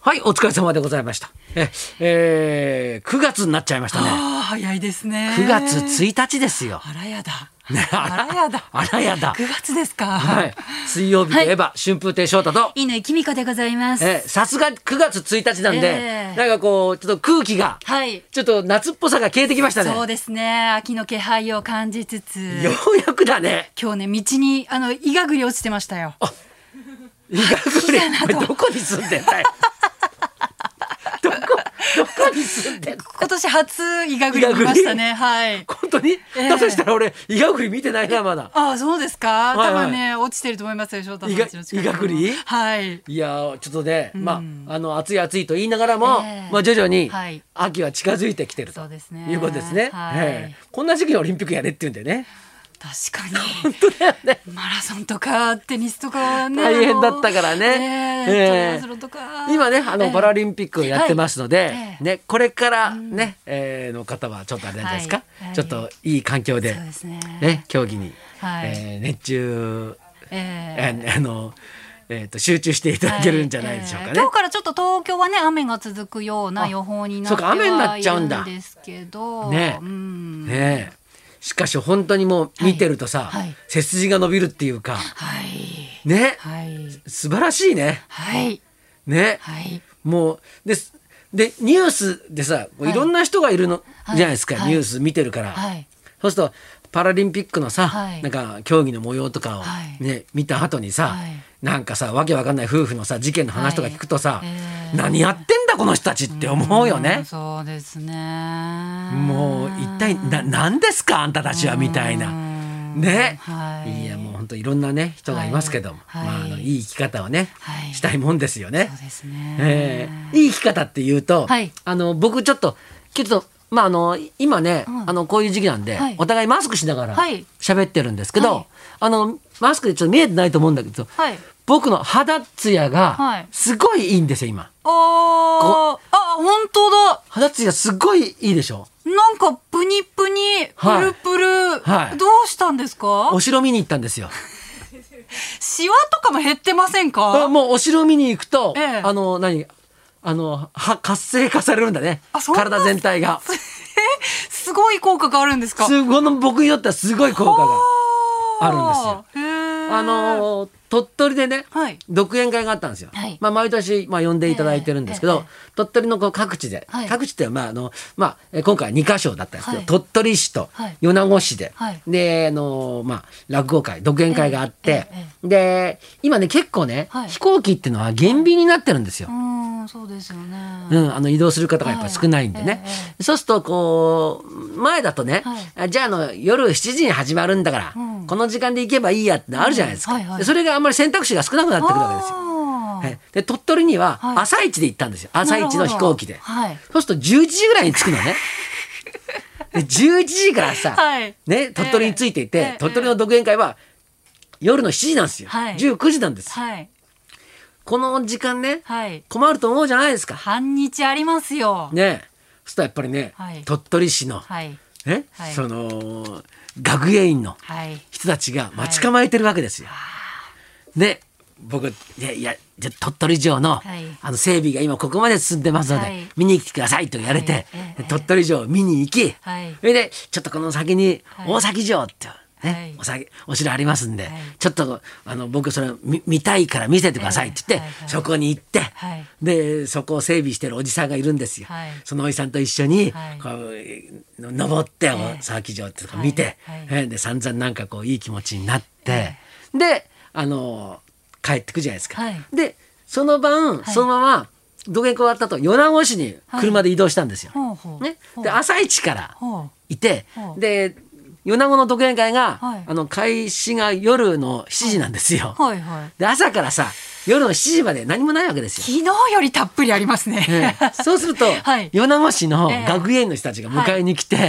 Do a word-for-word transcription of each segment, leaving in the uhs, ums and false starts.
はい、お疲れ様でございました。え、えー、くがつになっちゃいましたね。 ああ、早いですね。 くがつついたちですよ。 あらやだ。 ね、 あらやだ。 あらやだ。 くがつですか。 はい。水曜日といえば、春風亭昇太と。 乾きみかでございます。 え、さすがくがつついたちなんで、 えーなんかこうちょっと空気が、 はい。 ちょっと夏っぽさが消えてきましたね。 そうですね。秋の気配を感じつつ。 ようやくだね。 今日ね、道にあのイガグリ落ちてましたよ。 イガグリ、どこに住んでんだよ。どこどこに住んでんの。 今年初イガグリ見ましたね。はい。 本当に、 えーだとしたら俺イガグリ見てないなまだ。 ああ、そうですか。 はいはい多分ね、落ちてると思いますよ。翔太さんの家の近くにもイガグリはい。 いやーちょっとね、 うんまああの暑い暑いと言いながらも、 えーまあ徐々にはい秋は近づいてきてるとそうですねいうことですね。 はいえーこんな時期にオリンピックやれって言うんだよね。 確かに。 本当だよね。 マラソンとかテニスとかね、 大変だったからね。 ねええトライアスロンとか今ねあのパラリンピックをやってますので、 はいええねこれからね、えーの方はちょっとあれじゃないですか、 はいちょっといい環境でそうですねね競技に、 はいえー熱中、 えええーあのえーと集中していただけるんじゃないでしょうかね。 はいええ今日からちょっと東京はね雨が続くような予報になってそうか雨になっちゃうんだはいるんですけど、 ねうんねえしかし本当にもう見てるとさ、 はいはい背筋が伸びるっていうかはいね、 はい素晴らしいね。 はいね、 はいもうですでニュースでさこうはいいろんな人がいるの、 はいじゃないですか、 はいニュース見てるから、 はいそうするとパラリンピックのさ、 はいなんか競技の模様とかを、 はいね見た後にさ、 はいなんかさわけわかんない夫婦のさ事件の話とか聞くとさ、 はいえー何やってんだこの人たちって思うようんね。 そうですね。 もう一体な何ですかあんたたちはみたいな。ね、 はいいやもう本当いろんなね人がいますけども、 はいまあ、あのいい生き方をね、 はいしたいもんですよね。 そうですね。 えーいい生き方っていうと、 はいあの僕ちょっとちょっとまああの今ね、 うんあのこういう時期なんで、 はいお互いマスクしながらはい喋ってるんですけど、 はいあのマスクでちょっと見えてないと思うんだけど、 はい。 僕の肌ツヤはがいすごいいいんですよ今。 あーあ、本当だ。 肌ツヤすごいいいでしょ。 なんかプニプニプはいルプル、 はいどうしたんですか？ お城見に行ったんですよ。 シワとかも減ってませんあか？ もうお城見に行くと、 ええあの何あのは活性化されるんだね。 あそんな体全体が。 すごい効果があるんですか？ すごい僕にとってはすごい効果が。あるんですよ。 へーあの鳥取でね、 はい独演会があったんですよ。 はいまあ毎年まあ呼んでいただいてるんですけど、 ええ鳥取のこう各地で、 はい各地ってまああのまあえ今回はにかしょだったんですけど、 はい鳥取市とはい米子市で、 はいであのまあ落語会独演会があって、 ええで今ね結構ね、 はい飛行機っていうのは減便になってるんですよ。 うんそうですよね。 うん、あの移動する方がやっぱり少ないんでね、 はいえそうするとこう前だとね、 はいあじゃああの夜しちじに始まるんだから、 うんこの時間で行けばいいやってあるじゃないですか、 うんはいはいでそれがあんまり選択肢が少なくなってくるわけですよ。 あーはいで鳥取にははい朝一で行ったんですよ、朝一の飛行機で、 はいそうするとじゅういちじぐらいに着くのねでじゅういちじからさ、 はいね、鳥取に着いていて、 ええ鳥取の独演会は夜のしちじなんですよ、 はいじゅうくじなんですよ。 はいこの時間ねはい困ると思うじゃないですか半日ありますよ。 ね。そうするとやっぱりね、 はい鳥取市のはいね、 はいその学芸員のはい人たちが待ち構えてるわけですよ。で僕いやいやじゃあ鳥取城の,、 はいあの整備が今ここまで進んでますので、 はい見に来てくださいと言われて、 はいええ鳥取城を見に行き、 はいそれでちょっとこの先にはい大崎城って、ねはいお酒お城ありますんで、 はいちょっとあの僕それ見見たいから見せてくださいって言って、 ええはいはいそこに行って、 はいでそこを整備してるおじさんがいるんですよ。 はいそのおじさんと一緒に、 はいこう登って、 ええ大崎城ってとこ見て、 はいはいえーで散々なんかこういい気持ちになって、であの帰ってくじゃないですか。 はいでその晩、 いそのまま独演会終わった後米子市に車で移動したんですよ。 ほうほうね、 ほうで朝一からほういて、 ほうで米子の独演会が、 はいあの開始が夜のしちじなんですよ。 はいはい。 で朝からさ夜のしちじまで何もないわけですよ。 昨日よりたっぷりありますね。 ええそうすると、 はい米子市のええ学芸員の人たちが迎えに来て、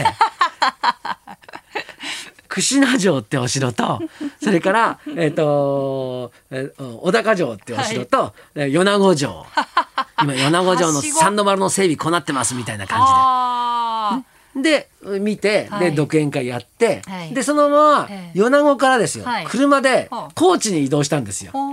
櫛名城ってお城とそれから、えーとえー小高城ってお城と、えー米子城今米子城のはしご三の丸の整備こうなってますみたいな感あじで。で見て、 はいで独演会やって、 はいでそのままええ米子からですよ、 はい車ではあ高知に移動したんですよ。 ーほう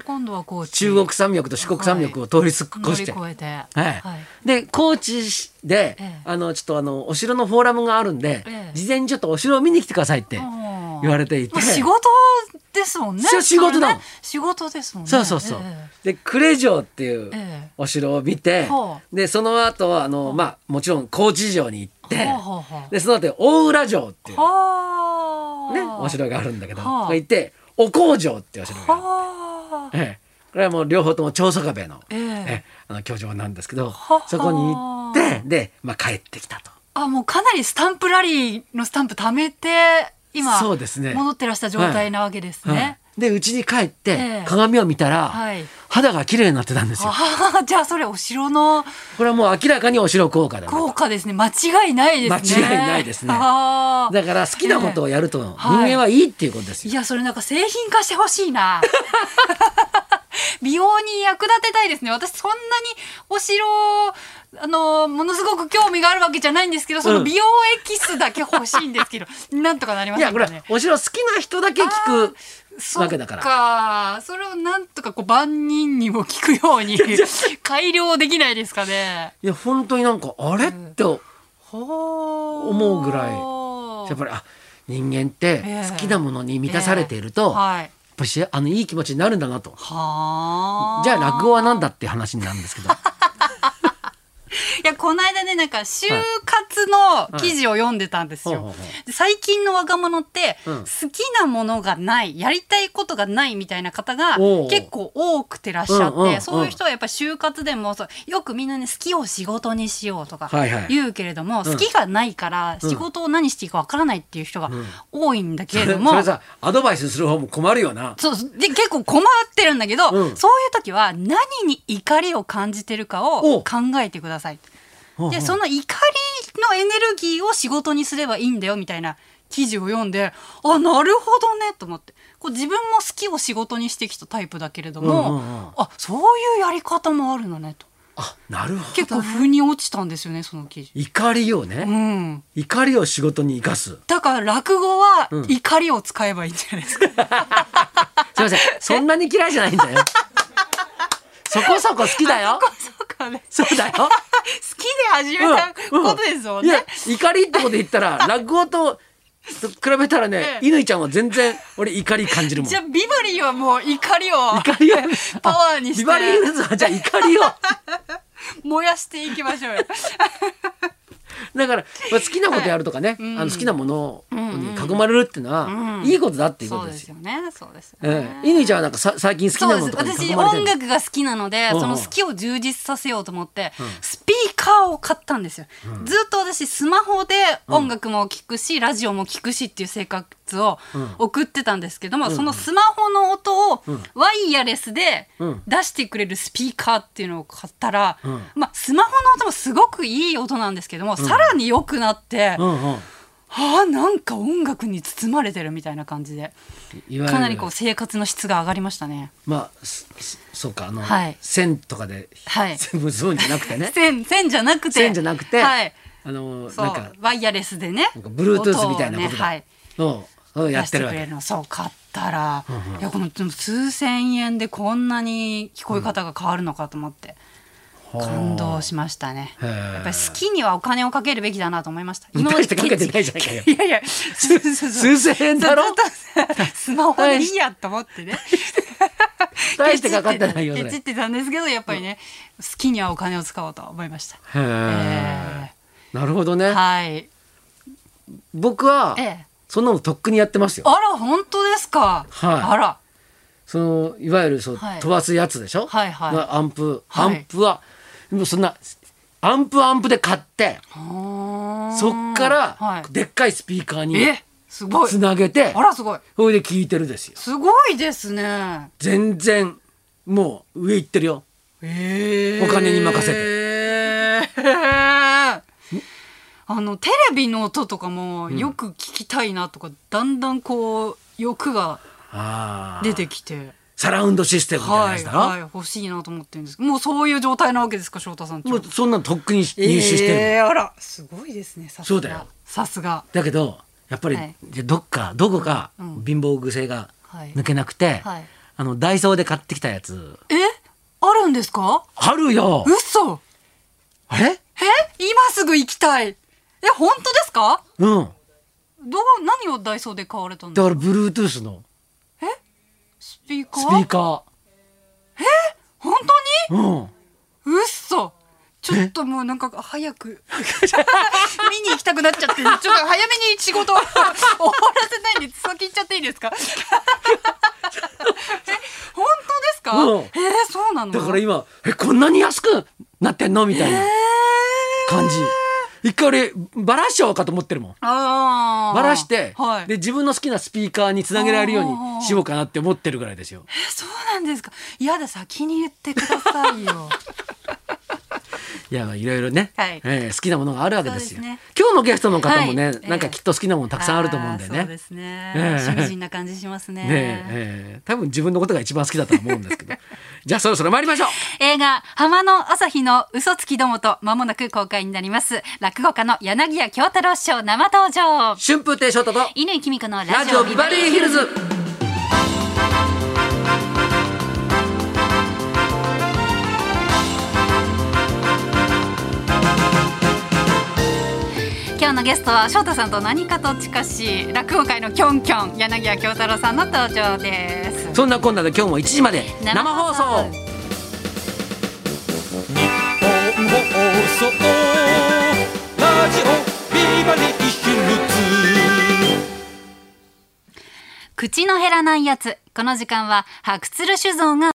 今度は高知、 中国山脈と四国山脈を通り越して、 乗り越えて、 はいはい、 で高知で、 ええ、 あのちょっとあのお城のフォーラムがあるんで、 ええ、 事前にちょっとお城を見に来てくださいって言われていて、 まあ、仕事ですもんね。 そう仕事だ、 ね、仕事ですもんね。 そうそうそう、 えで呉城っていうえお城を見て、 ええ、 でその後はあの、まあ、もちろん高知城に行って、 はあはあ、 でその後大浦城っていう、 はあ、 ね、お城があるんだけど、 はあ、 そこ行ってお工城っていうお城がある、 はあ、 ええ、これはもう両方とも長宗我部の、 ええええ、あの居城なんですけど、 はあ、 そこに行ってで、まあ、帰ってきたと。 あ、もうかなりスタンプラリーのスタンプ貯めて今そうですね、 戻ってらした状態なわけですね。 はいはい、で家に帰って、 ええ、 鏡を見たら、はい、肌が綺麗になってたんですよ。 あ、じゃあそれお城のこれはもう明らかにお城効果だなと。 効果ですね。間違いないですね。 間違いないですね。だから好きなことをやると人間はいいっていうことですよ。 はい、いやそれなんか製品化してほしいな。美容に役立てたいですね。私そんなにお城あのものすごく興味があるわけじゃないんですけど、その美容エキスだけ欲しいんですけど、うん、なんとかなりませんかね。 いやこれお城好きな人だけ聞くわけだから。 そっか、それをなんとかこう万人にも聞くように改良できないですかね。 いや本当になんかあれ、うん、って思うぐらいやっぱりあ人間って好きなものに満たされていると、えーえーはい、やっぱりあのいい気持ちになるんだなと。はじゃあ落語はなんだっていう話になるんですけど。 いやこの間ねなんか就活の記事を読んでたんですよ。で最近の若者って、うん、好きなものがないやりたいことがないみたいな方が結構多くてらっしゃって、うんうんうん、そういう人はやっぱり就活でもそうよくみんなね好きを仕事にしようとか言うけれども、はいはい、好きがないから仕事を何していいかわからないっていう人が多いんだけれども、 うんうん、それさアドバイスする方も困るよな。 そうで結構困ってるんだけど、うん、そういう時は何に怒りを感じてるかを考えてください。でその怒りのエネルギーを仕事にすればいいんだよみたいな記事を読んで、あなるほどねと思って、こう自分も好きを仕事にしてきたタイプだけれども、うんうんうん、あそういうやり方もあるのねと。 あなるほど、ね、 結構腑に落ちたんですよねその記事。 怒りをね、うん、怒りを仕事に生かす。 だから落語は怒りを使えばいいんじゃないですか、うん、すいませんそんなに嫌いじゃないんだよ。そこそこ好きだよ。 そこそこね、 そうだよ。好きで始めたことですもんね。 うんうん、いや怒りってこと言ったら落語と比べたらね、乾ちゃんは全然俺怒り感じるもん。 じゃあビバリーはもう怒りを怒りをパワーにしてビバリーズはじゃあ怒りを燃やしていきましょうよ。 だから、まあ、好きなことやるとかね、はい、あの好きなものに囲まれるっていうのは、うんうん、いいことだっていうことですよ。 そうですよね。そうですよね。 乾ちゃんはなんかさ最近好きなものとかに囲まれてる。 私音楽が好きなので、その好きを充実させようと思って、うん、スピーカーを買ったんですよ、うん、ずっと私スマホで音楽も聴くし、うん、ラジオも聴くしっていう生活を送ってたんですけども、うん、そのスマホの音をワイヤレスで出してくれるスピーカーっていうのを買ったら、うん、まあ、スマホの音もすごくいい音なんですけども、うん、さらに良くなって、うんうん、はあなんか音楽に包まれてるみたいな感じで、かなりこう生活の質が上がりましたね。 まあそうか、あの、はい、線とかで、はい、結ぶんじゃなくてね線, 線じゃなくて線じゃなくて、 はい、 あのそうなんかワイヤレスでね、 なんか Bluetooth みたいなことだ、ね、はい、やってるわけ。 そう買ったら、うんうん、いやこの数千円でこんなに聞こえ方が変わるのかと思って、うん、感動しましたね。やっぱり好きにはお金をかけるべきだなと思いました。 今までかけてないじゃないかよ。 いやいや数千円だろ。 スマホでいいやと思ってね。 大してかかってないよね。 ケチってたんですけど、やっぱりね、うん、好きにはお金を使おうと思いました。 へえー、なるほどね。 はい。 僕は、ええ、そんなのとっくにやってますよ。 あら本当ですか。はい。あら。 そのいわゆるそう、はい、飛ばすやつでしょ。はいはい。アンプ、アンプは、はい、そんなアンプアンプで買って、そっからでっかいスピーカーにつなげて、 あらすごい。 それで聞いてるですよ。 すごいですね。 全然もう上行ってるよ。えー、お金に任せて。えーあのテレビの音とかもよく聞きたいなとか、うん、だんだんこう欲が出てきて、 サラウンドシステムみたいなやつだろ、 はいはい、欲しいなと思ってるんですけど、もうそういう状態なわけですか翔太さん。 もうそんなのとっくに入手してる、 えー、あらすごいですね。さすが。 そうだよ。 さすが。 だけどやっぱり、はい、どっかどこか貧乏癖が抜けなくて、はいはい、 あのダイソーで買ってきたやつ。 え、あるんですか？ あるよ。 嘘。 あれ？ え、今すぐ行きたい。え、本当ですか？ うん。 どう、何をダイソーで買われたんですか？ だから Bluetooth のえ、スピーカー？ スピーカー。 え、本当に？ うん。 嘘。ちょっともうなんか早く見に行きたくなっちゃって、ちょっと早めに仕事を終わらせたいんで先行っちゃっていいですか？え、本当ですか？ うん、 えー、そうなの？ だから今えこんなに安くなってんのみたいな感じ。一回俺バラしちゃおうかと思ってるもん。 あバラして、 はい、 で自分の好きなスピーカーにつなげられるようにしようかなって思ってるぐらいですよ。 え、そうなんですか？いやだ、先に言ってくださいよ。 いやいろいろね、 はい、 えー、好きなものがあるわけですよ。 ね、 今日のゲストの方もね、 はい、 なんかきっと好きなものたくさんあると思うんでね。 そうですね、えー、趣味人な感じしますね。 ねえー、多分自分のことが一番好きだと思うんですけど。じゃあそろそろ参りましょう。 映画浜の朝日の嘘つきどもと間もなく公開になります。落語家の柳家京太郎師匠生登場。 春風亭昇太と乾きみ子のラジオビバリーヒルズ。 今日のゲストは翔太さんと何かと近しい落語界のキョンキョン柳家京太郎さんの登場です。 そんなこんなで今日もいちじまで生放送。 日本放送ラジオビバリーヒルズ。 口の減らないやつ。この時間は白鶴酒造が